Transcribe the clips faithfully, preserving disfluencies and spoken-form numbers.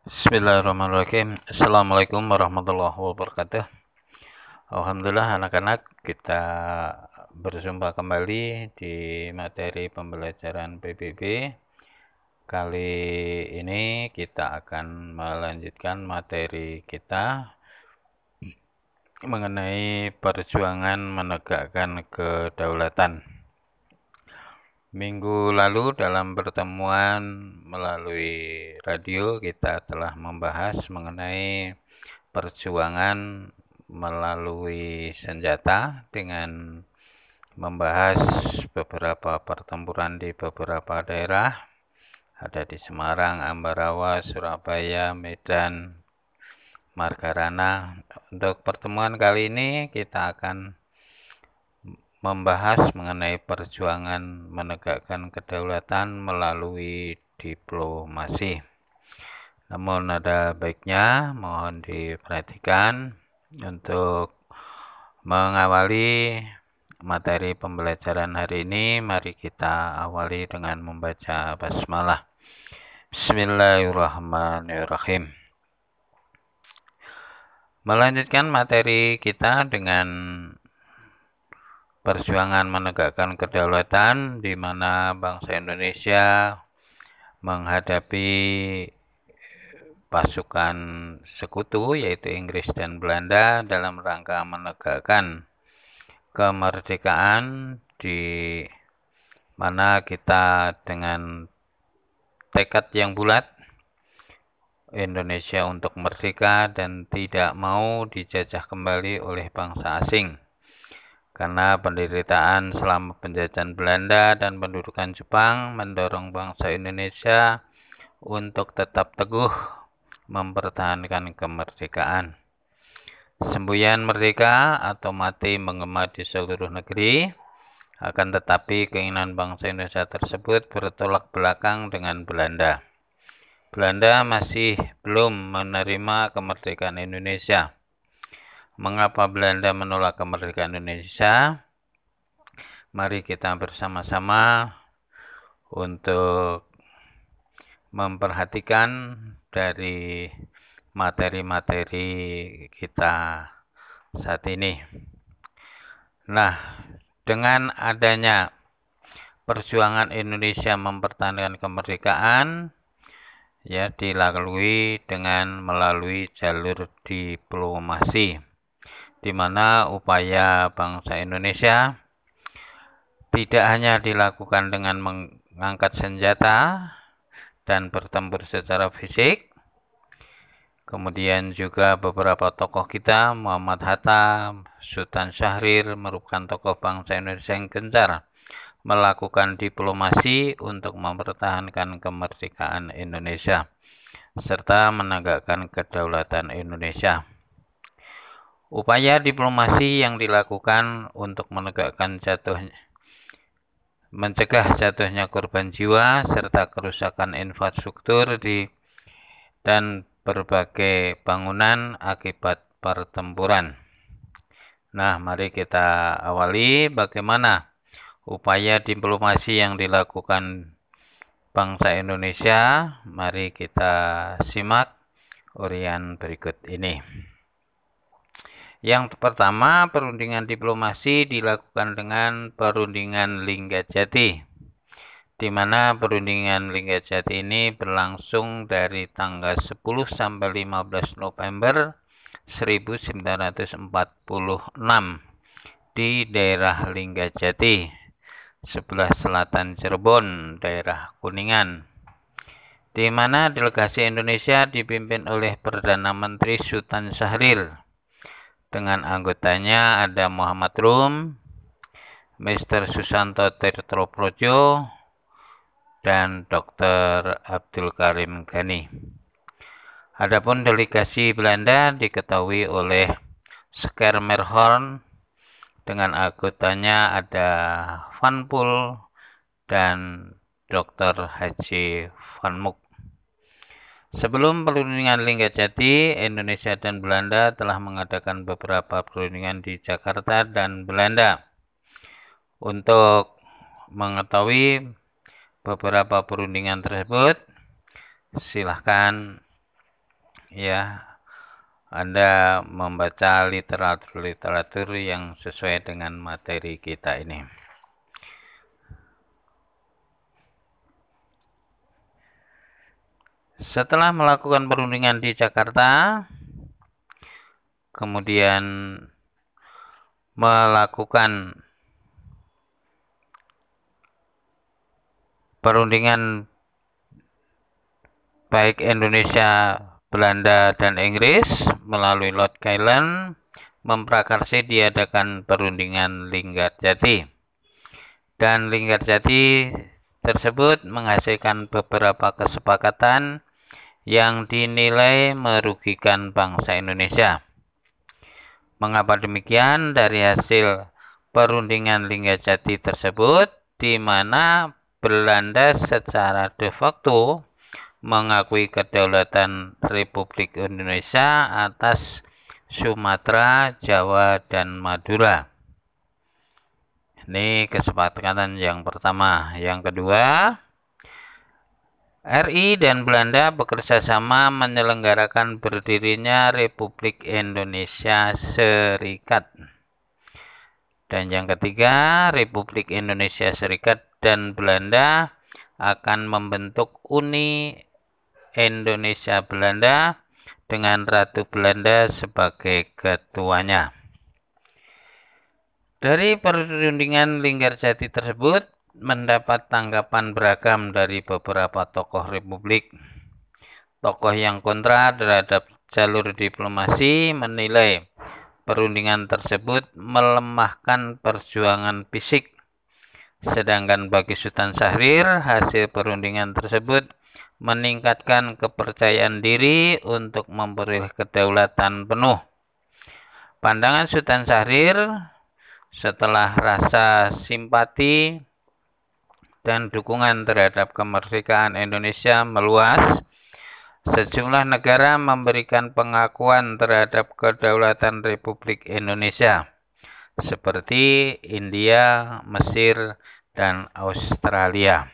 Bismillahirrahmanirrahim. Assalamualaikum warahmatullahi wabarakatuh. Alhamdulillah anak-anak, kita berjumpa kembali di materi pembelajaran P B B. Kali ini kita akan melanjutkan materi kita mengenai perjuangan menegakkan kedaulatan. Minggu lalu dalam pertemuan melalui radio kita telah membahas mengenai perjuangan melalui senjata dengan membahas beberapa pertempuran di beberapa daerah, ada di Semarang, Ambarawa, Surabaya, Medan, Margarana. Untuk pertemuan kali ini kita akan membahas mengenai perjuangan menegakkan kedaulatan melalui diplomasi. Namun ada baiknya mohon diperhatikan untuk mengawali materi pembelajaran hari ini. Mari kita awali dengan membaca basmalah. Bismillahirrahmanirrahim. Melanjutkan materi kita dengan perjuangan menegakkan kedaulatan, di mana bangsa Indonesia menghadapi pasukan sekutu yaitu Inggris dan Belanda dalam rangka menegakkan kemerdekaan, di mana kita dengan tekad yang bulat Indonesia untuk merdeka dan tidak mau dijajah kembali oleh bangsa asing. Karena penderitaan selama penjajahan Belanda dan pendudukan Jepang mendorong bangsa Indonesia untuk tetap teguh mempertahankan kemerdekaan. Semboyan merdeka atau mati menggema di seluruh negeri, akan tetapi keinginan bangsa Indonesia tersebut bertolak belakang dengan Belanda. Belanda masih belum menerima kemerdekaan Indonesia. Mengapa Belanda menolak kemerdekaan Indonesia? Mari kita bersama-sama untuk memperhatikan dari materi-materi kita saat ini. Nah, dengan adanya perjuangan Indonesia mempertahankan kemerdekaan, ya dilalui dengan melalui jalur diplomasi, di mana upaya bangsa Indonesia tidak hanya dilakukan dengan mengangkat senjata dan bertempur secara fisik. Kemudian juga beberapa tokoh kita, Muhammad Hatta, Sultan Syahrir, merupakan tokoh bangsa Indonesia yang gencar melakukan diplomasi untuk mempertahankan kemerdekaan Indonesia serta menegakkan kedaulatan Indonesia. Upaya diplomasi yang dilakukan untuk menegakkan jatuhnya mencegah jatuhnya korban jiwa serta kerusakan infrastruktur di dan berbagai bangunan akibat pertempuran. Nah, mari kita awali bagaimana upaya diplomasi yang dilakukan bangsa Indonesia. Mari kita simak uraian berikut ini. Yang pertama, perundingan diplomasi dilakukan dengan perundingan Linggajati, di mana perundingan Linggajati ini berlangsung dari tanggal sepuluh sampai lima belas November seribu sembilan ratus empat puluh enam di daerah Linggajati, sebelah selatan Cirebon, daerah Kuningan, di mana delegasi Indonesia dipimpin oleh Perdana Menteri Sultan Syahrir. Dengan anggotanya ada Muhammad Rum, Mister Susanto Tirtoprodjo, dan Doktor Abdul Karim Ghani. Adapun delegasi Belanda diketahui oleh Schermerhorn, dengan anggotanya ada Van Poel dan Doktor Haji Van Mook. Sebelum perundingan Linggajati, Indonesia dan Belanda telah mengadakan beberapa perundingan di Jakarta dan Belanda. Untuk mengetahui beberapa perundingan tersebut, silahkan ya Anda membaca literatur-literatur yang sesuai dengan materi kita ini. Setelah melakukan perundingan di Jakarta, kemudian melakukan perundingan baik Indonesia, Belanda, dan Inggris melalui Lord Kailan, memprakarsa diadakan perundingan Linggarjati. Dan Linggarjati tersebut menghasilkan beberapa kesepakatan yang dinilai merugikan bangsa Indonesia. Mengapa demikian? Dari hasil perundingan Linggarjati tersebut, di mana Belanda secara de facto mengakui kedaulatan Republik Indonesia atas Sumatera, Jawa, dan Madura. Ini kesepakatan yang pertama. Yang kedua, R I dan Belanda bekerja sama menyelenggarakan berdirinya Republik Indonesia Serikat. Dan yang ketiga, Republik Indonesia Serikat dan Belanda akan membentuk Uni Indonesia Belanda dengan Ratu Belanda sebagai ketuanya. Dari perundingan Linggarjati tersebut mendapat tanggapan beragam dari beberapa tokoh republik. Tokoh yang kontra terhadap jalur diplomasi menilai perundingan tersebut melemahkan perjuangan fisik. Sedangkan bagi Sultan Syahrir, hasil perundingan tersebut meningkatkan kepercayaan diri untuk memperoleh kedaulatan penuh. Pandangan Sultan Syahrir, setelah rasa simpati dan dukungan terhadap kemerdekaan Indonesia meluas, sejumlah negara memberikan pengakuan terhadap kedaulatan Republik Indonesia, seperti India, Mesir, dan Australia.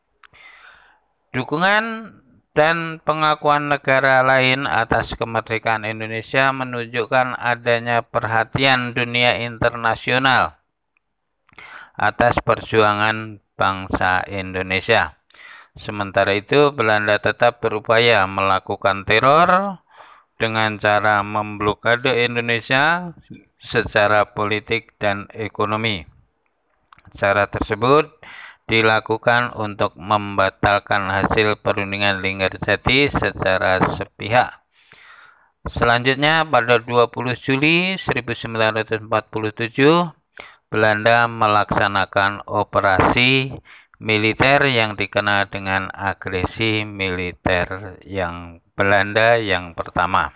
Dukungan dan pengakuan negara lain atas kemerdekaan Indonesia menunjukkan adanya perhatian dunia internasional atas perjuangan bangsa Indonesia. Sementara itu, Belanda tetap berupaya melakukan teror dengan cara memblokade Indonesia secara politik dan ekonomi. Cara tersebut dilakukan untuk membatalkan hasil perundingan Linggarjati secara sepihak. Selanjutnya, pada dua puluh Juli seribu sembilan ratus empat puluh tujuh, Belanda melaksanakan operasi militer yang dikenal dengan agresi militer yang Belanda yang pertama.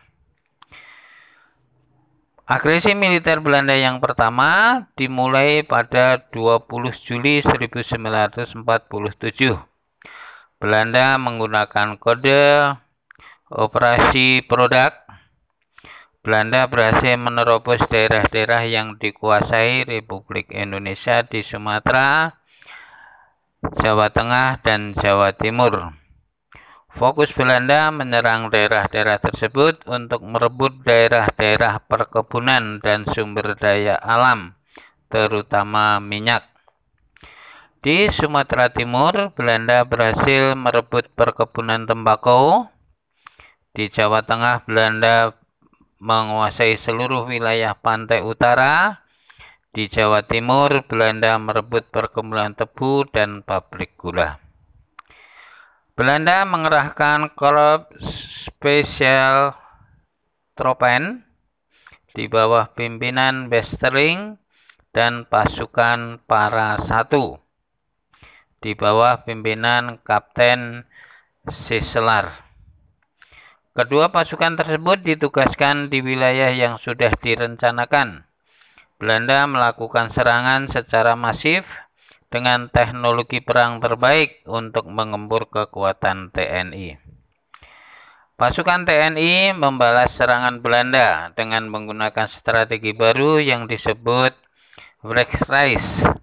Agresi militer Belanda yang pertama dimulai pada dua puluh Juli seribu sembilan ratus empat puluh tujuh. Belanda menggunakan kode Operasi Produk. Belanda berhasil menerobos daerah-daerah yang dikuasai Republik Indonesia di Sumatera, Jawa Tengah, dan Jawa Timur. Fokus Belanda menyerang daerah-daerah tersebut untuk merebut daerah-daerah perkebunan dan sumber daya alam, terutama minyak. Di Sumatera Timur, Belanda berhasil merebut perkebunan tembakau. Di Jawa Tengah, Belanda menguasai seluruh wilayah pantai utara. Di Jawa Timur, Belanda merebut perkebunan tebu dan pabrik gula. Belanda mengerahkan Korps Spesial Troepen di bawah pimpinan Westerling dan pasukan Para Satu di bawah pimpinan Kapten Sisselar. Kedua pasukan tersebut ditugaskan di wilayah yang sudah direncanakan. Belanda melakukan serangan secara masif dengan teknologi perang terbaik untuk mengempur kekuatan T N I. Pasukan T N I membalas serangan Belanda dengan menggunakan strategi baru yang disebut Wreckreise.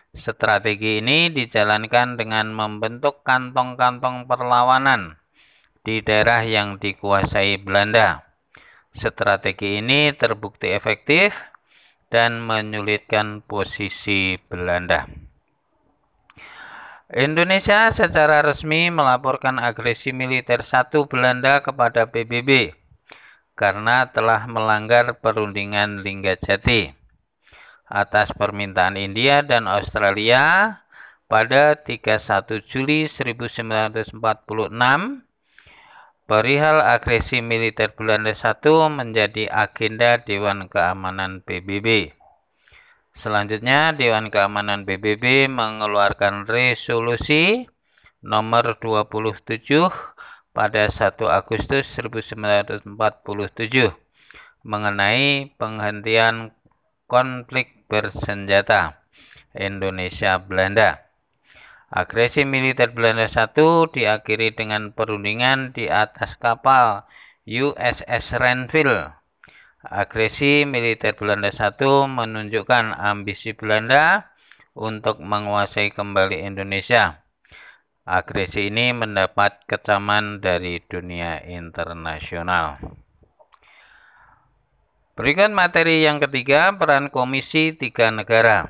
Strategi ini dijalankan dengan membentuk kantong-kantong perlawanan di daerah yang dikuasai Belanda. Strategi ini terbukti efektif dan menyulitkan posisi Belanda. Indonesia secara resmi melaporkan agresi militer satu Belanda kepada P B B karena telah melanggar perundingan Linggajati. Atas permintaan India dan Australia, pada tiga puluh satu Juli seribu sembilan ratus empat puluh enam, perihal agresi militer Belanda satu menjadi agenda Dewan Keamanan P B B. Selanjutnya, Dewan Keamanan P B B mengeluarkan resolusi nomor dua puluh tujuh pada satu Agustus seribu sembilan ratus empat puluh tujuh mengenai penghentian konflik bersenjata Indonesia-Belanda. Agresi militer Belanda satu diakhiri dengan perundingan di atas kapal U S S Renville. Agresi militer Belanda satu menunjukkan ambisi Belanda untuk menguasai kembali Indonesia. Agresi ini mendapat kecaman dari dunia internasional. Berikut materi yang ketiga, peran Komisi Tiga Negara.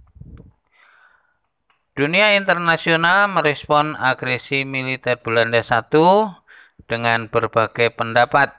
Dunia internasional merespon agresi militer Belanda satu dengan berbagai pendapat.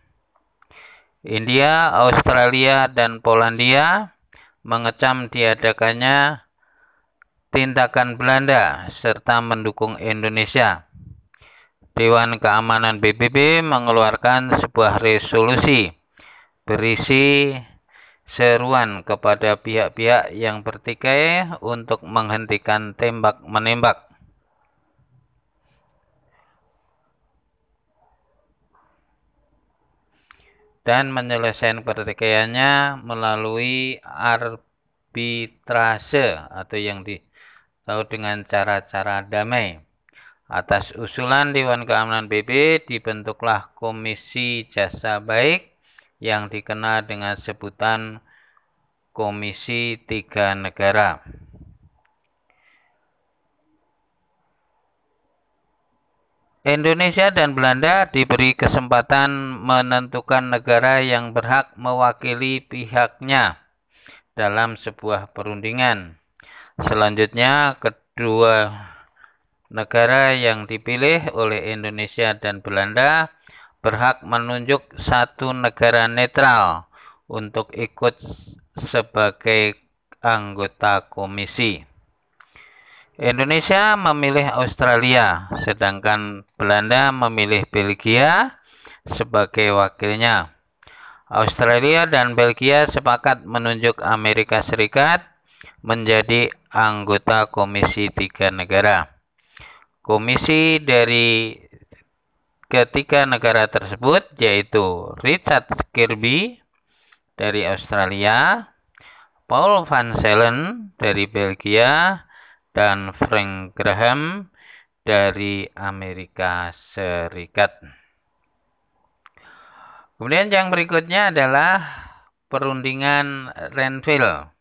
India, Australia, dan Polandia mengecam diadakannya tindakan Belanda serta mendukung Indonesia. Dewan Keamanan P B B mengeluarkan sebuah resolusi berisi seruan kepada pihak-pihak yang bertikai untuk menghentikan tembak-menembak. Dan menyelesaikan pertikaiannya melalui arbitrase atau yang tahu dengan cara-cara damai. Atas usulan Dewan Keamanan P B B dibentuklah Komisi Jasa Baik yang dikenal dengan sebutan Komisi Tiga Negara. Indonesia dan Belanda diberi kesempatan menentukan negara yang berhak mewakili pihaknya dalam sebuah perundingan. Selanjutnya, kedua negara yang dipilih oleh Indonesia dan Belanda berhak menunjuk satu negara netral untuk ikut sebagai anggota komisi. Indonesia memilih Australia, sedangkan Belanda memilih Belgia sebagai wakilnya. Australia dan Belgia sepakat menunjuk Amerika Serikat menjadi anggota Komisi Tiga Negara. Komisi dari ketiga negara tersebut yaitu Richard Kirby dari Australia, Paul van Selen dari Belgia, dan Frank Graham dari Amerika Serikat. Kemudian yang berikutnya adalah perundingan Renville.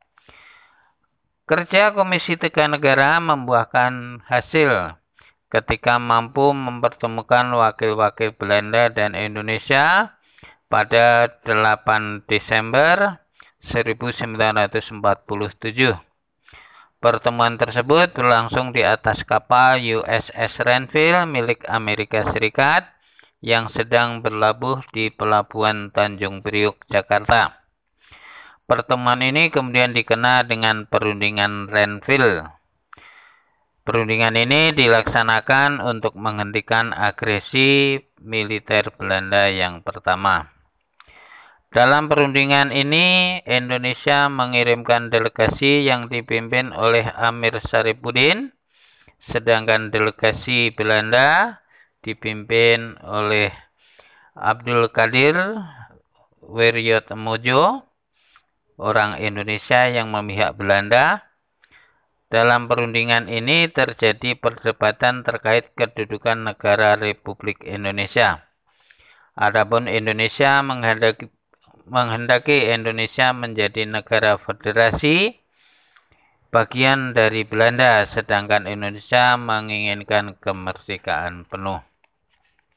Kerja Komisi Tiga Negara membuahkan hasil ketika mampu mempertemukan wakil-wakil Belanda dan Indonesia pada delapan Desember seribu sembilan ratus empat puluh tujuh. Pertemuan tersebut berlangsung di atas kapal U S S Renville milik Amerika Serikat yang sedang berlabuh di Pelabuhan Tanjung Priuk, Jakarta. Pertemuan ini kemudian dikenal dengan Perundingan Renville. Perundingan ini dilaksanakan untuk menghentikan agresi militer Belanda yang pertama. Dalam perundingan ini, Indonesia mengirimkan delegasi yang dipimpin oleh Amir Syarifuddin, sedangkan delegasi Belanda dipimpin oleh Abdul Qadir Wiryotmojo, orang Indonesia yang memihak Belanda. Dalam perundingan ini terjadi perdebatan terkait kedudukan negara Republik Indonesia. Adapun Indonesia menghendaki menghendaki Indonesia menjadi negara federasi bagian dari Belanda, sedangkan Indonesia menginginkan kemerdekaan penuh.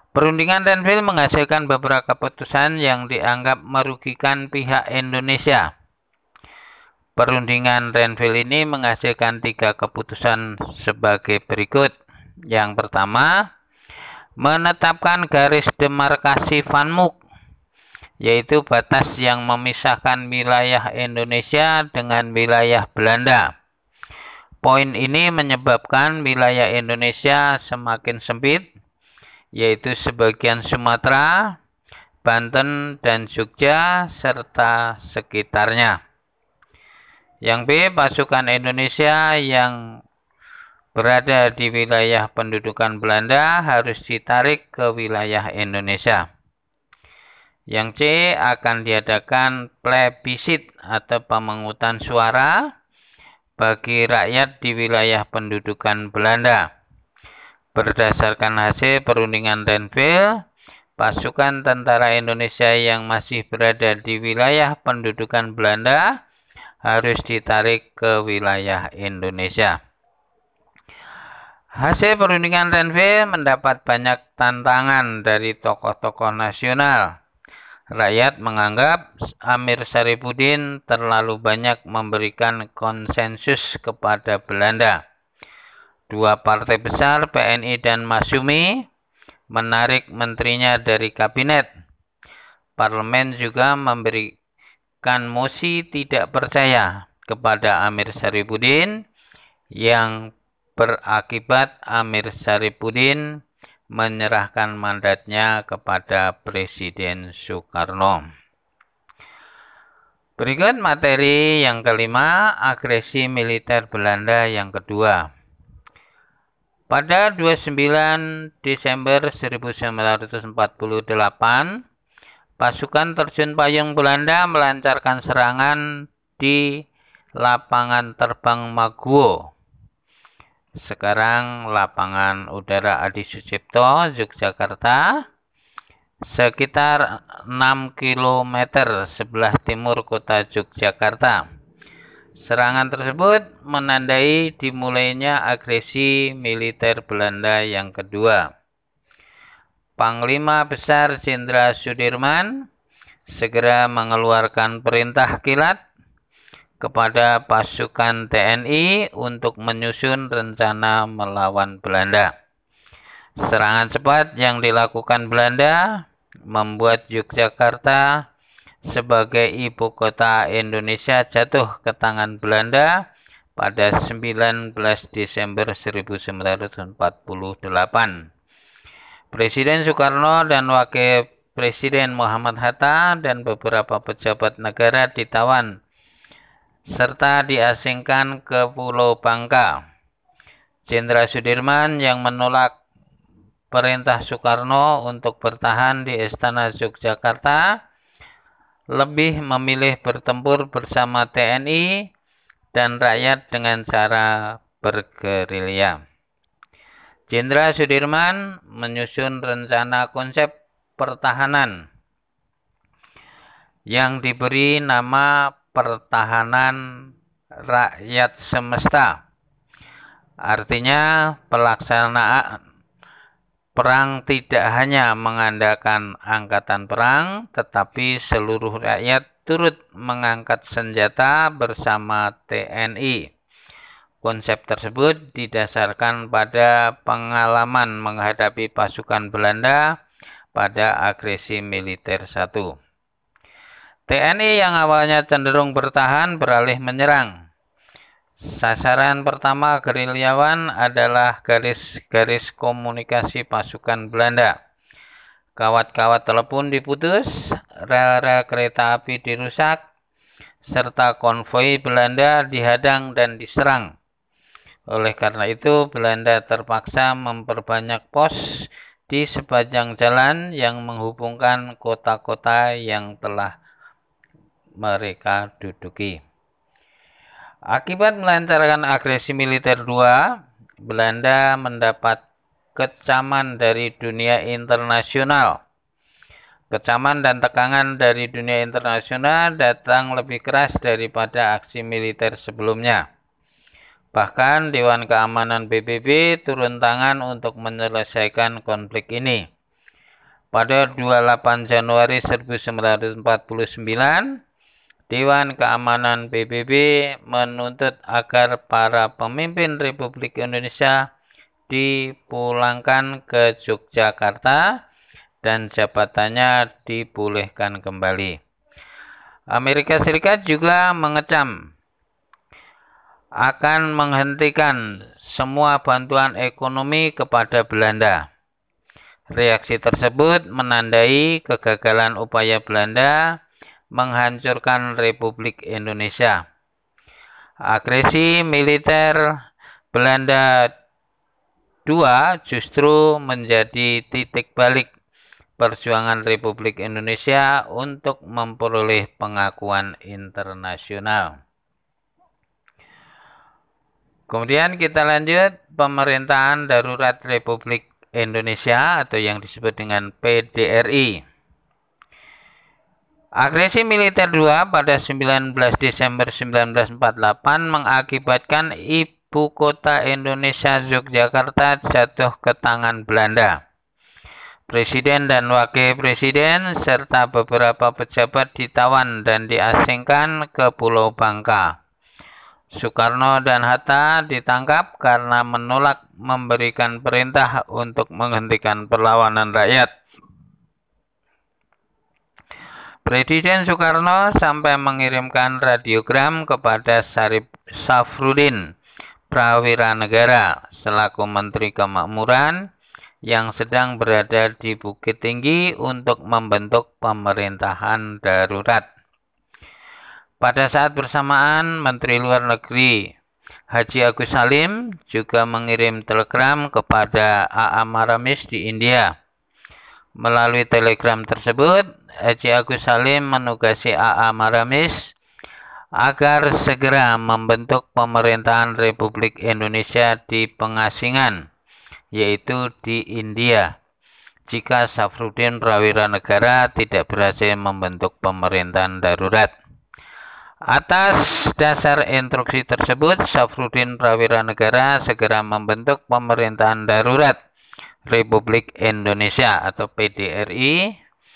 Perundingan Renville menghasilkan beberapa keputusan yang dianggap merugikan pihak Indonesia. Perundingan Renville ini menghasilkan tiga keputusan sebagai berikut. Yang pertama, menetapkan garis demarkasi Van Mook, yaitu batas yang memisahkan wilayah Indonesia dengan wilayah Belanda. Poin ini menyebabkan wilayah Indonesia semakin sempit, yaitu sebagian Sumatera, Banten, dan Jogja, serta sekitarnya. Yang B, pasukan Indonesia yang berada di wilayah pendudukan Belanda harus ditarik ke wilayah Indonesia. Yang C, akan diadakan plebisit atau pemungutan suara bagi rakyat di wilayah pendudukan Belanda. Berdasarkan hasil perundingan Renville, pasukan tentara Indonesia yang masih berada di wilayah pendudukan Belanda harus ditarik ke wilayah Indonesia. Hasil perundingan Renville mendapat banyak tantangan dari tokoh-tokoh nasional. Rakyat menganggap Amir Syarifuddin terlalu banyak memberikan konsensus kepada Belanda. Dua partai besar, P N I dan Masyumi, menarik menterinya dari kabinet. Parlemen juga memberikan mosi tidak percaya kepada Amir Syarifuddin yang berakibat Amir Syarifuddin menyerahkan mandatnya kepada Presiden Soekarno. Berikut materi yang kelima, agresi militer Belanda yang kedua. Pada dua puluh sembilan Desember seribu sembilan ratus empat puluh delapan, pasukan terjun payung Belanda melancarkan serangan di lapangan terbang Maguwo. Sekarang lapangan udara Adi Sucipto, Yogyakarta, sekitar enam kilometer sebelah timur kota Yogyakarta. Serangan tersebut menandai dimulainya agresi militer Belanda yang kedua. Panglima Besar Jenderal Sudirman segera mengeluarkan perintah kilat kepada pasukan T N I untuk menyusun rencana melawan Belanda. Serangan cepat yang dilakukan Belanda membuat Yogyakarta sebagai ibu kota Indonesia jatuh ke tangan Belanda pada sembilan belas Desember seribu sembilan ratus empat puluh delapan. Presiden Soekarno dan Wakil Presiden Muhammad Hatta dan beberapa pejabat negara ditawan serta diasingkan ke Pulau Bangka. Jenderal Sudirman yang menolak perintah Soekarno untuk bertahan di Istana Yogyakarta lebih memilih bertempur bersama T N I dan rakyat dengan cara bergerilya. Jenderal Sudirman menyusun rencana konsep pertahanan yang diberi nama Pertahanan Rakyat Semesta. Artinya pelaksanaan perang tidak hanya mengandalkan angkatan perang, tetapi seluruh rakyat turut mengangkat senjata bersama T N I. Konsep tersebut didasarkan pada pengalaman menghadapi pasukan Belanda pada agresi militer satu. T N I yang awalnya cenderung bertahan beralih menyerang. Sasaran pertama gerilyawan adalah garis-garis komunikasi pasukan Belanda. Kawat-kawat telepon diputus, rel-rel kereta api dirusak, serta konvoi Belanda dihadang dan diserang. Oleh karena itu, Belanda terpaksa memperbanyak pos di sepanjang jalan yang menghubungkan kota-kota yang telah mereka duduki. Akibat melancarkan agresi militer dua, Belanda mendapat kecaman dari dunia internasional. Kecaman dan tekanan dari dunia internasional datang lebih keras daripada aksi militer sebelumnya. Bahkan Dewan Keamanan P B B turun tangan untuk menyelesaikan konflik ini. Pada dua puluh delapan Januari seribu sembilan ratus empat puluh sembilan, Dewan Keamanan P B B menuntut agar para pemimpin Republik Indonesia dipulangkan ke Yogyakarta dan jabatannya dipulihkan kembali. Amerika Serikat juga mengecam akan menghentikan semua bantuan ekonomi kepada Belanda. Reaksi tersebut menandai kegagalan upaya Belanda menghancurkan Republik Indonesia. Agresi militer Belanda kedua justru menjadi titik balik perjuangan Republik Indonesia untuk memperoleh pengakuan internasional. Kemudian kita lanjut pemerintahan darurat Republik Indonesia atau yang disebut dengan P D R I. Agresi militer kedua pada sembilan belas Desember seribu sembilan ratus empat puluh delapan mengakibatkan ibu kota Indonesia Yogyakarta jatuh ke tangan Belanda. Presiden dan wakil presiden serta beberapa pejabat ditawan dan diasingkan ke Pulau Bangka. Soekarno dan Hatta ditangkap karena menolak memberikan perintah untuk menghentikan perlawanan rakyat. Presiden Soekarno sampai mengirimkan radiogram kepada Sarip Safrudin Prawira Negara selaku Menteri Kemakmuran yang sedang berada di Bukit Tinggi untuk membentuk pemerintahan darurat. Pada saat bersamaan, Menteri Luar Negeri Haji Agus Salim juga mengirim telegram kepada A A Maramis di India. Melalui telegram tersebut, Haji Agus Salim menugasi A A Maramis agar segera membentuk pemerintahan Republik Indonesia di pengasingan, yaitu di India, jika Safrudin Prawira Negara tidak berhasil membentuk pemerintahan darurat. Atas dasar instruksi tersebut, Safrudin Prawira Negara segera membentuk pemerintahan darurat Republik Indonesia atau P D R I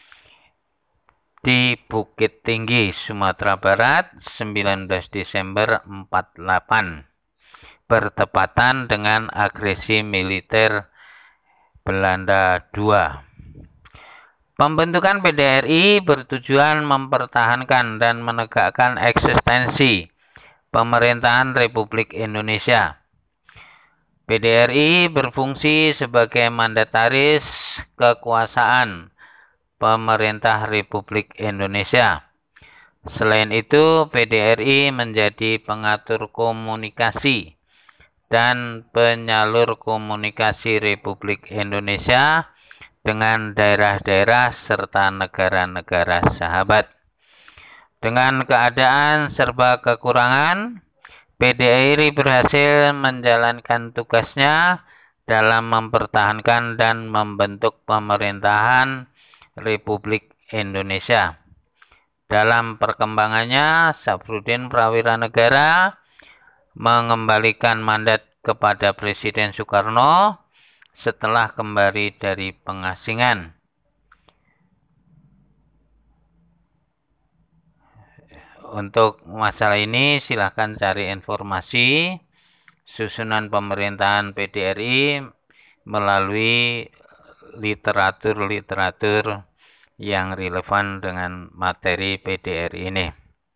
di Bukit Tinggi, Sumatera Barat, sembilan belas Desember seribu sembilan ratus empat puluh delapan, bertepatan dengan agresi militer Belanda kedua. Pembentukan P D R I bertujuan mempertahankan dan menegakkan eksistensi pemerintahan Republik Indonesia. P D R I berfungsi sebagai mandataris kekuasaan pemerintah Republik Indonesia. Selain itu, P D R I menjadi pengatur komunikasi dan penyalur komunikasi Republik Indonesia dengan daerah-daerah serta negara-negara sahabat. Dengan keadaan serba kekurangan, P D R I berhasil menjalankan tugasnya dalam mempertahankan dan membentuk pemerintahan Republik Indonesia. Dalam perkembangannya, Safrudin Prawira Negara mengembalikan mandat kepada Presiden Soekarno setelah kembali dari pengasingan. Untuk masalah ini silahkan cari informasi susunan pemerintahan P D R I melalui literatur-literatur yang relevan dengan materi P D R I ini.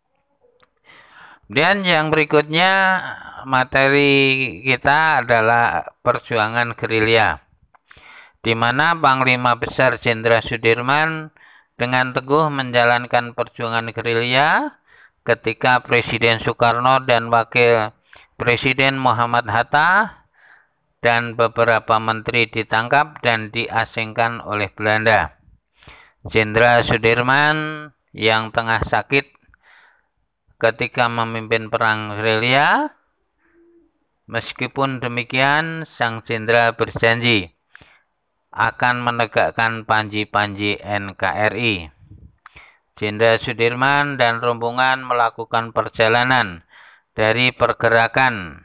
Dan yang berikutnya materi kita adalah perjuangan gerilya, di mana Panglima Besar Jenderal Sudirman dengan teguh menjalankan perjuangan gerilya ketika Presiden Soekarno dan Wakil Presiden Muhammad Hatta dan beberapa menteri ditangkap dan diasingkan oleh Belanda. Jenderal Sudirman yang tengah sakit ketika memimpin perang gerilya. Meskipun demikian, sang jenderal berjanji akan menegakkan panji-panji N K R I. Jenderal Sudirman dan rombongan melakukan perjalanan dari pergerakan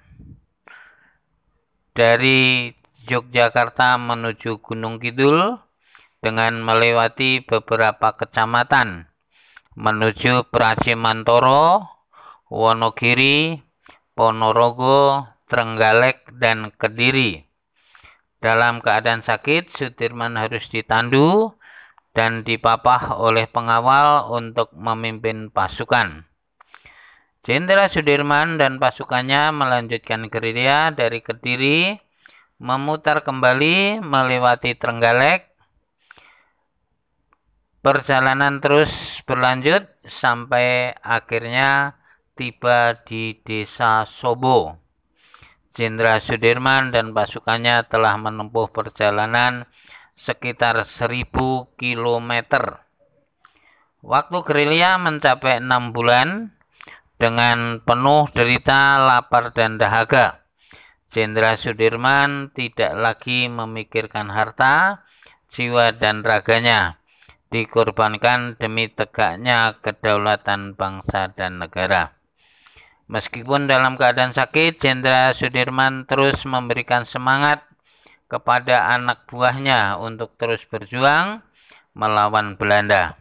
dari Yogyakarta menuju Gunung Kidul dengan melewati beberapa kecamatan menuju Pracimantoro, Wonogiri, Ponorogo, Trenggalek, dan Kediri. Dalam keadaan sakit, Sudirman harus ditandu dan dipapah oleh pengawal untuk memimpin pasukan. Jenderal Sudirman dan pasukannya melanjutkan gerilya dari Kediri, memutar kembali melewati Trenggalek. Perjalanan terus berlanjut sampai akhirnya tiba di Desa Sobo. Jenderal Sudirman dan pasukannya telah menempuh perjalanan sekitar seribu kilometer. Waktu gerilya mencapai enam bulan dengan penuh derita, lapar, dan dahaga. Jenderal Sudirman tidak lagi memikirkan harta, jiwa, dan raganya, dikorbankan demi tegaknya kedaulatan bangsa dan negara. Meskipun dalam keadaan sakit, Jenderal Sudirman terus memberikan semangat kepada anak buahnya untuk terus berjuang melawan Belanda.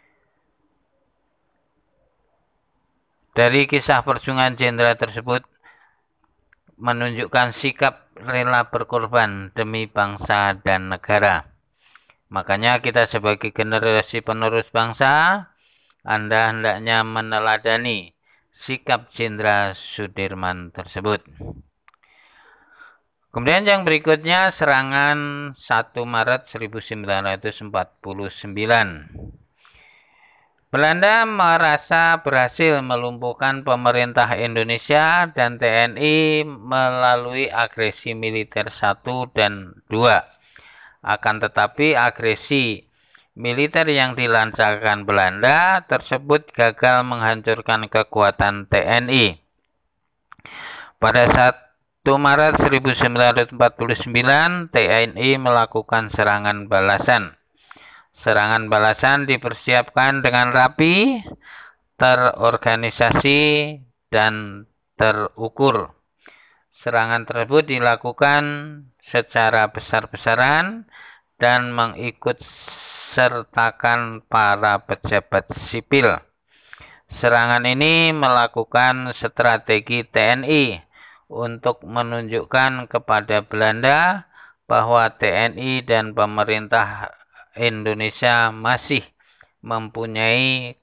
Dari kisah perjuangan jenderal tersebut menunjukkan sikap rela berkorban demi bangsa dan negara. Makanya kita sebagai generasi penerus bangsa, Anda hendaknya meneladani sikap Jenderal Sudirman tersebut. Kemudian yang berikutnya, serangan satu Maret seribu sembilan ratus empat puluh sembilan. Belanda merasa berhasil melumpuhkan pemerintah Indonesia dan T N I melalui agresi militer satu dan dua. Akan tetapi agresi militer yang dilancarkan Belanda tersebut gagal menghancurkan kekuatan T N I. Pada satu Maret seribu sembilan ratus empat puluh sembilan, T N I melakukan serangan balasan. Serangan balasan dipersiapkan dengan rapi, terorganisasi, dan terukur. Serangan tersebut dilakukan secara besar-besaran dan mengikut sertakan para pejabat sipil. Serangan ini melakukan strategi T N I untuk menunjukkan kepada Belanda bahwa T N I dan pemerintah Indonesia masih mempunyai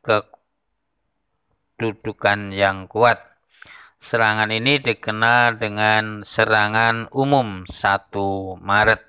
kedudukan yang kuat. Serangan ini dikenal dengan serangan umum satu Maret.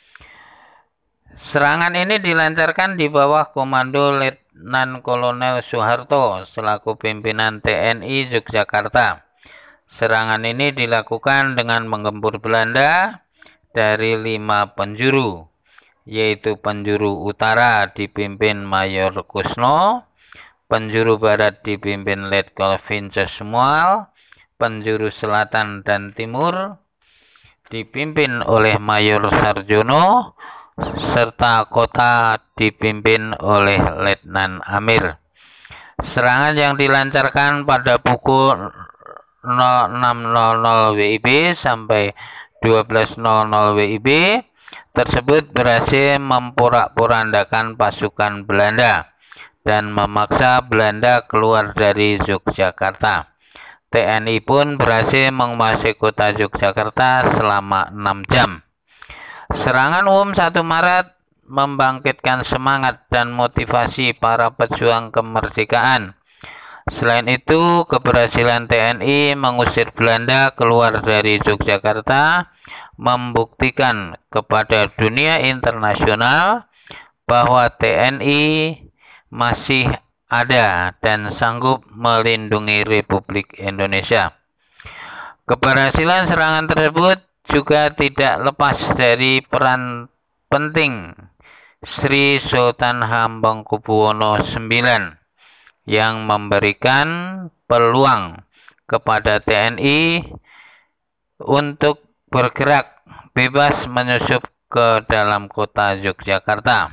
Serangan ini dilancarkan di bawah komando Letnan Kolonel Soeharto selaku pimpinan T N I Yogyakarta. Serangan ini dilakukan dengan menggempur Belanda dari lima penjuru, yaitu penjuru utara dipimpin Mayor Kusno, penjuru barat dipimpin Letkol Vince Sumual, penjuru selatan dan timur dipimpin oleh Mayor Sarjono, serta kota dipimpin oleh Letnan Amir. Serangan yang dilancarkan pada pukul enam nol nol W I B sampai dua belas nol nol W I B tersebut berhasil memporak-porandakan pasukan Belanda dan memaksa Belanda keluar dari Yogyakarta. T N I pun berhasil menguasai kota Yogyakarta selama enam jam. Serangan umum satu Maret membangkitkan semangat dan motivasi para pejuang kemerdekaan. Selain itu, keberhasilan T N I mengusir Belanda keluar dari Yogyakarta membuktikan kepada dunia internasional bahwa T N I masih ada dan sanggup melindungi Republik Indonesia. Keberhasilan serangan tersebut juga tidak lepas dari peran penting Sri Sultan Hamengkubuwono sembilan yang memberikan peluang kepada T N I untuk bergerak bebas menyusup ke dalam kota Yogyakarta.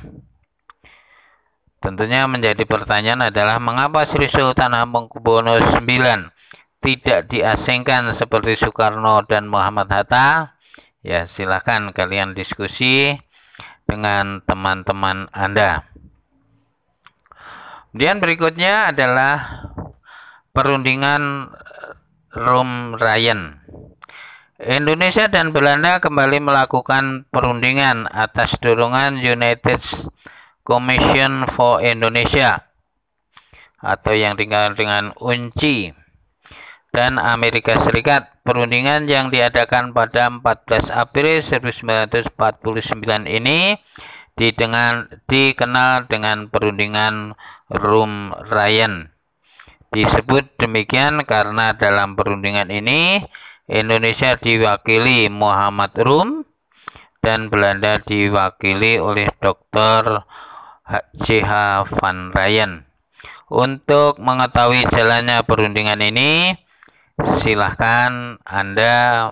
Tentunya menjadi pertanyaan adalah mengapa Sri Sultan Hamengkubuwono sembilan tidak diasingkan seperti Soekarno dan Muhammad Hatta? Ya, silakan kalian diskusi dengan teman-teman Anda. Kemudian berikutnya adalah perundingan Rum Ryan. Indonesia dan Belanda kembali melakukan perundingan atas dorongan United Commission for Indonesia atau yang dikenal dengan U N C I dan Amerika Serikat. Perundingan yang diadakan pada empat belas April seribu sembilan ratus empat puluh sembilan ini dikenal dengan perundingan Rum Ryan. Disebut demikian karena dalam perundingan ini Indonesia diwakili Muhammad Rum dan Belanda diwakili oleh Doktor J H van Ryan. Untuk mengetahui jalannya perundingan ini, silahkan Anda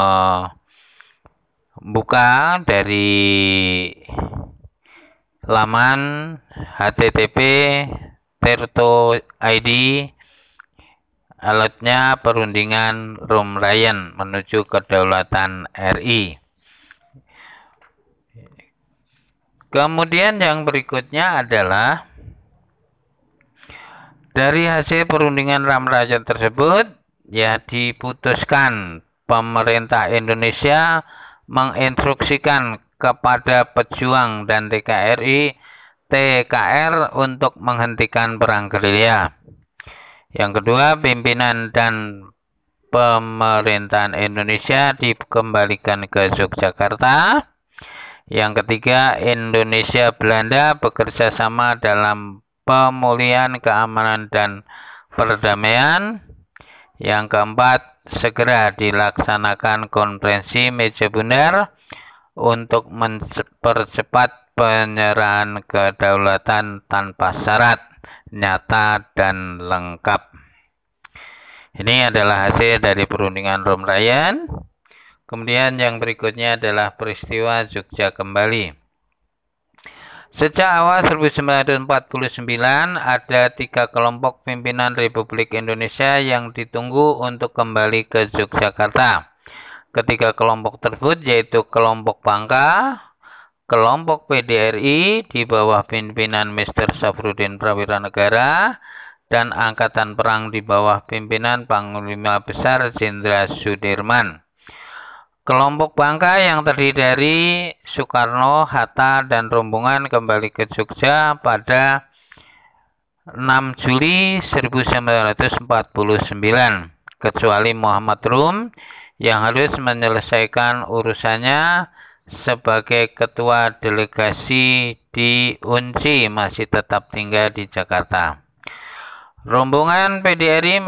membuka dari laman H T T P Tirto titik I D alatnya perundingan Rum Ryan menuju kedaulatan R I. Kemudian yang berikutnya adalah dari hasil perundingan Rum Ryan tersebut, ya diputuskan pemerintah Indonesia menginstruksikan kepada pejuang dan T K R I T K R untuk menghentikan perang gerilya. Yang kedua, pimpinan dan pemerintahan Indonesia dikembalikan ke Yogyakarta. Yang ketiga, Indonesia Belanda bekerja sama dalam pemulihan keamanan dan perdamaian. Yang keempat, segera dilaksanakan konferensi meja bundar untuk mempercepat penyerahan kedaulatan tanpa syarat, nyata dan lengkap. Ini adalah hasil dari perundingan Rum Ryan. Kemudian yang berikutnya adalah peristiwa Jogja Kembali. Sejak awal seribu sembilan ratus empat puluh sembilan, ada tiga kelompok pimpinan Republik Indonesia yang ditunggu untuk kembali ke Yogyakarta. Ketiga kelompok tersebut yaitu kelompok Bangka, kelompok P D R I di bawah pimpinan Mister Safrudin Prawira Negara, dan Angkatan Perang di bawah pimpinan Panglima Besar Jenderal Sudirman. Kelompok Bangka yang terdiri dari Soekarno, Hatta, dan rombongan kembali ke Jogja pada enam Juli seribu sembilan ratus empat puluh sembilan, kecuali Muhammad Rum yang harus menyelesaikan urusannya sebagai ketua delegasi di U N C I masih tetap tinggal di Jakarta. Rombongan P D R I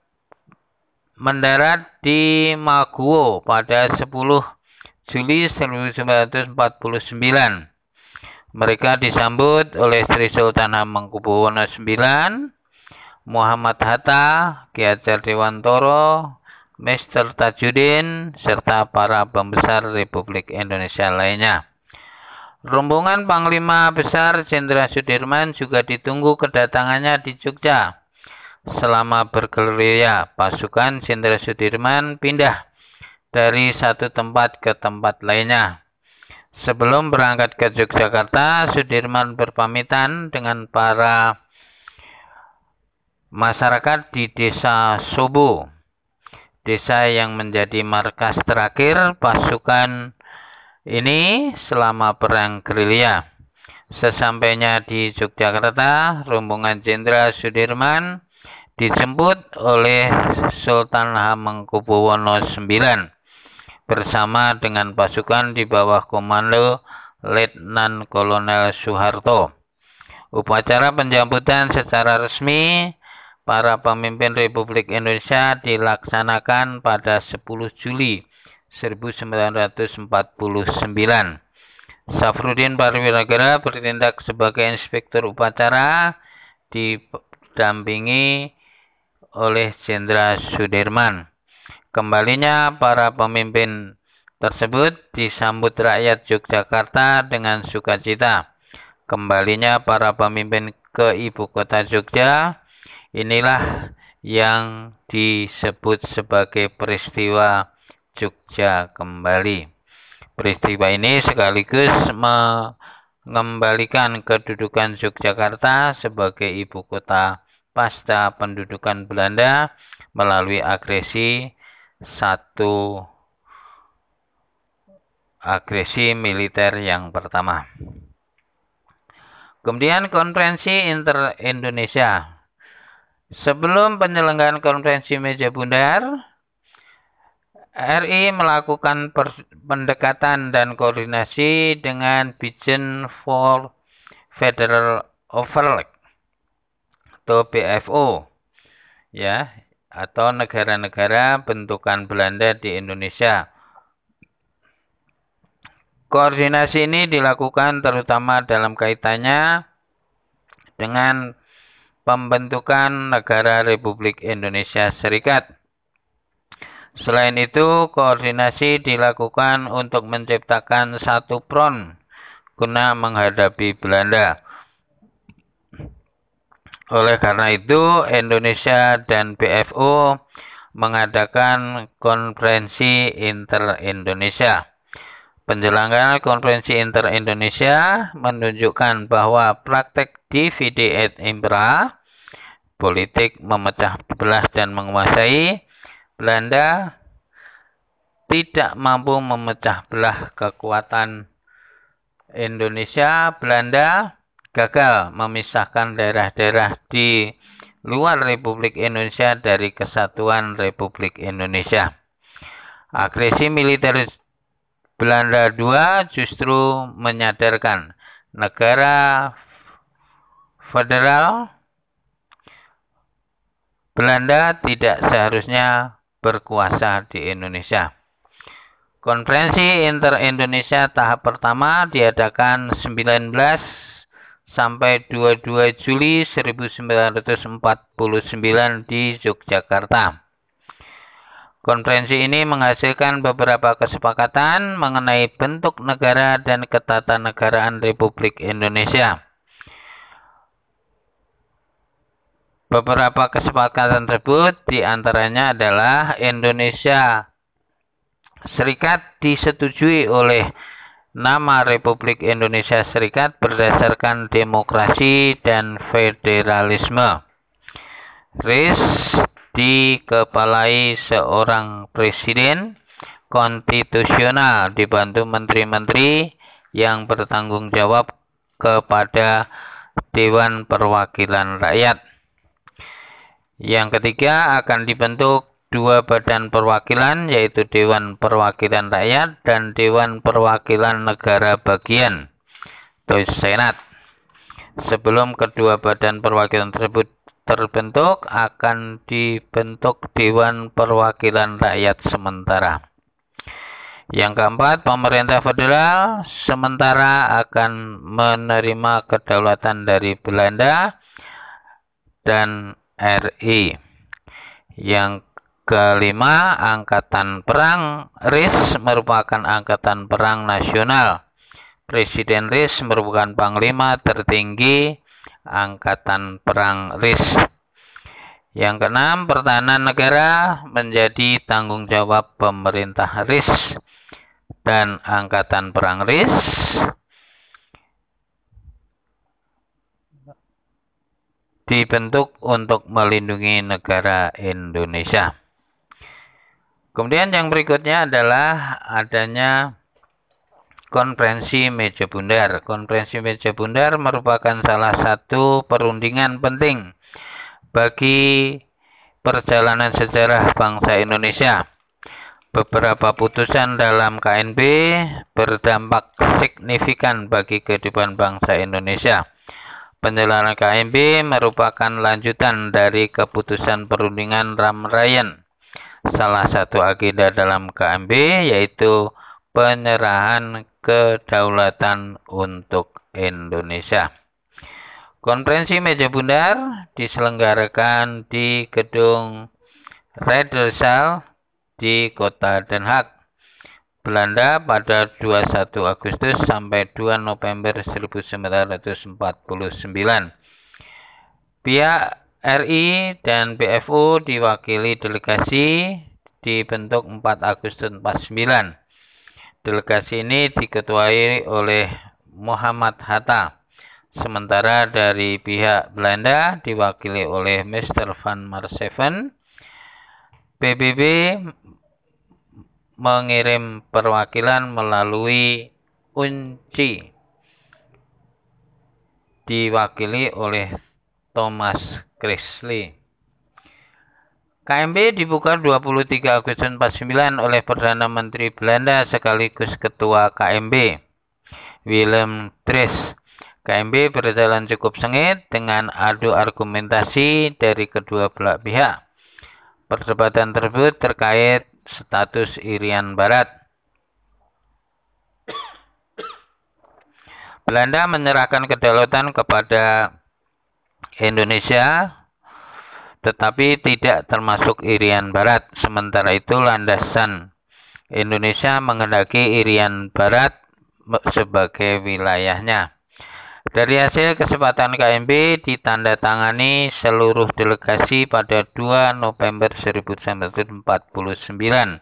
mendarat di Maguwo pada sepuluh Juli seribu sembilan ratus empat puluh sembilan. Mereka disambut oleh Sri Sultan Hamengkubuwono sembilan, Muhammad Hatta, Ki Hajar Dewantoro, Mister Tajudin, serta para pembesar Republik Indonesia lainnya. Rombongan Panglima Besar Jenderal Sudirman juga ditunggu kedatangannya di Jogja. Selama bergerilya, pasukan Jenderal Sudirman pindah dari satu tempat ke tempat lainnya. Sebelum berangkat ke Yogyakarta, Sudirman berpamitan dengan para masyarakat di Desa Sobo, desa yang menjadi markas terakhir pasukan ini selama perang gerilya. Sesampainya di Yogyakarta, rombongan Jenderal Sudirman dijemput oleh Sultan Hamengkubuwono sembilan bersama dengan pasukan di bawah komando Letnan Kolonel Soeharto. Upacara penjamputan secara resmi para pemimpin Republik Indonesia dilaksanakan pada sepuluh Juli seribu sembilan ratus empat puluh sembilan. Safrudin Prawira Negara bertindak sebagai inspektur upacara didampingi oleh Jenderal Sudirman. Kembalinya para pemimpin tersebut disambut rakyat Yogyakarta dengan sukacita. Kembalinya para pemimpin ke ibu kota Jogja, inilah yang disebut sebagai peristiwa Jogja Kembali. Peristiwa ini sekaligus mengembalikan kedudukan Yogyakarta sebagai ibu kota pasca pendudukan Belanda melalui agresi satu agresi militer yang pertama. Kemudian konferensi inter-Indonesia. Sebelum penyelenggaraan konferensi meja bundar, R I melakukan pendekatan dan koordinasi dengan Vision for Federal Overlap atau B F O, ya, atau negara-negara bentukan Belanda di Indonesia. Koordinasi ini dilakukan terutama dalam kaitannya dengan pembentukan negara Republik Indonesia Serikat. Selain itu, koordinasi dilakukan untuk menciptakan satu front guna menghadapi Belanda. Oleh karena itu, Indonesia dan B F O mengadakan konferensi inter-Indonesia. Penyelenggaraan konferensi inter-Indonesia menunjukkan bahwa praktek divide et impera, politik memecah belah dan menguasai, Belanda tidak mampu memecah belah kekuatan Indonesia. Belanda gagal memisahkan daerah-daerah di luar Republik Indonesia dari kesatuan Republik Indonesia. Agresi militer Belanda kedua justru menyadarkan negara federal Belanda tidak seharusnya berkuasa di Indonesia. Konferensi inter-Indonesia tahap pertama diadakan sembilan belas sampai dua puluh dua Juli seribu sembilan ratus empat puluh sembilan di Yogyakarta. Konferensi ini menghasilkan beberapa kesepakatan mengenai bentuk negara dan ketatanegaraan Republik Indonesia. Beberapa kesepakatan tersebut diantaranya adalah Indonesia Serikat disetujui oleh nama Republik Indonesia Serikat berdasarkan demokrasi dan federalisme. R I S dikepalai seorang presiden konstitusional dibantu menteri-menteri yang bertanggung jawab kepada Dewan Perwakilan Rakyat. Yang ketiga, akan dibentuk dua badan perwakilan, yaitu Dewan Perwakilan Rakyat dan Dewan Perwakilan Negara Bagian atau Senat. Sebelum kedua badan perwakilan tersebut terbentuk, akan dibentuk Dewan Perwakilan Rakyat sementara. Yang keempat, pemerintah federal sementara akan menerima kedaulatan dari Belanda dan R I. Yang kelima, Angkatan Perang R I S merupakan angkatan perang nasional. Presiden R I S merupakan panglima tertinggi Angkatan Perang R I S. Yang keenam, pertahanan negara menjadi tanggung jawab pemerintah R I S dan Angkatan Perang R I S dibentuk untuk melindungi negara Indonesia. Kemudian yang berikutnya adalah adanya konferensi meja bundar. Konferensi meja bundar merupakan salah satu perundingan penting bagi perjalanan sejarah bangsa Indonesia. Beberapa putusan dalam K N B berdampak signifikan bagi kehidupan bangsa Indonesia. Penyelenggaraan K N B merupakan lanjutan dari keputusan perundingan Ramryan. Salah satu agenda dalam K N B yaitu penyerahan kedaulatan untuk Indonesia. Konferensi meja bundar diselenggarakan di gedung Rijkszaal di kota Den Haag, Belanda pada dua puluh satu Agustus sampai dua November seribu sembilan ratus empat puluh sembilan. Pihak R I dan B F O diwakili delegasi dibentuk empat Agustus empat puluh sembilan. Delegasi ini diketuai oleh Muhammad Hatta. Sementara dari pihak Belanda diwakili oleh mister Van Marseven. P B B mengirim perwakilan melalui Unci, diwakili oleh Thomas Chrisley. K M B dibuka dua puluh tiga Agustus empat puluh sembilan oleh Perdana Menteri Belanda sekaligus Ketua K M B, Willem Drees. K M B berjalan cukup sengit dengan adu argumentasi dari kedua belah pihak. Perdebatan tersebut terkait status Irian Barat. Belanda menyerahkan kedaulatan kepada Indonesia, tetapi tidak termasuk Irian Barat. Sementara itu landasan Indonesia menghendaki Irian Barat sebagai wilayahnya. Dari hasil kesepakatan K M B ditandatangani seluruh delegasi pada dua November seribu sembilan ratus empat puluh sembilan.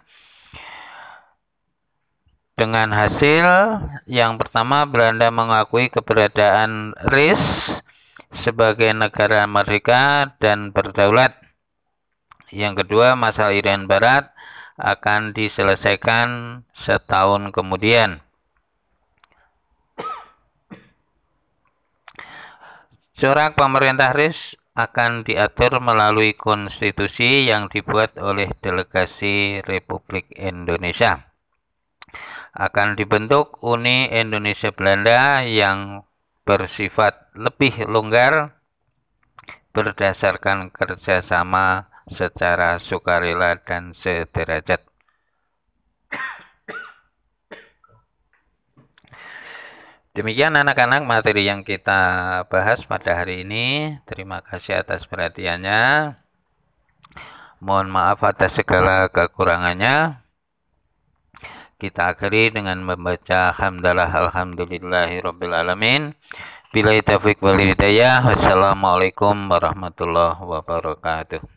Dengan hasil yang pertama, Belanda mengakui keberadaan R I S sebagai negara merdeka dan berdaulat. Yang kedua, masalah Irian Barat akan diselesaikan setahun kemudian. Corak pemerintah R I S akan diatur melalui konstitusi yang dibuat oleh delegasi Republik Indonesia. Akan dibentuk Uni Indonesia Belanda yang bersifat lebih longgar berdasarkan kerjasama secara sukarela dan sederajat. Demikian anak-anak materi yang kita bahas pada hari ini. Terima kasih atas perhatiannya. Mohon maaf atas segala kekurangannya. Kita akhiri dengan membaca hamdalah alhamdulillahirabbil alamin. Billahi taufiq wal hidayah. Wassalamualaikum warahmatullahi wabarakatuh.